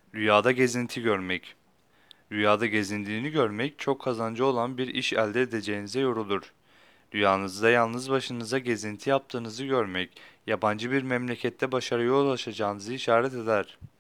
Rüyada gezinti görmek. Rüyada gezindiğini görmek çok kazancı olan bir iş elde edeceğinize yorulur. Rüyanızda yalnız başınıza gezinti yaptığınızı görmek, yabancı bir memlekette başarıya ulaşacağınızı işaret eder.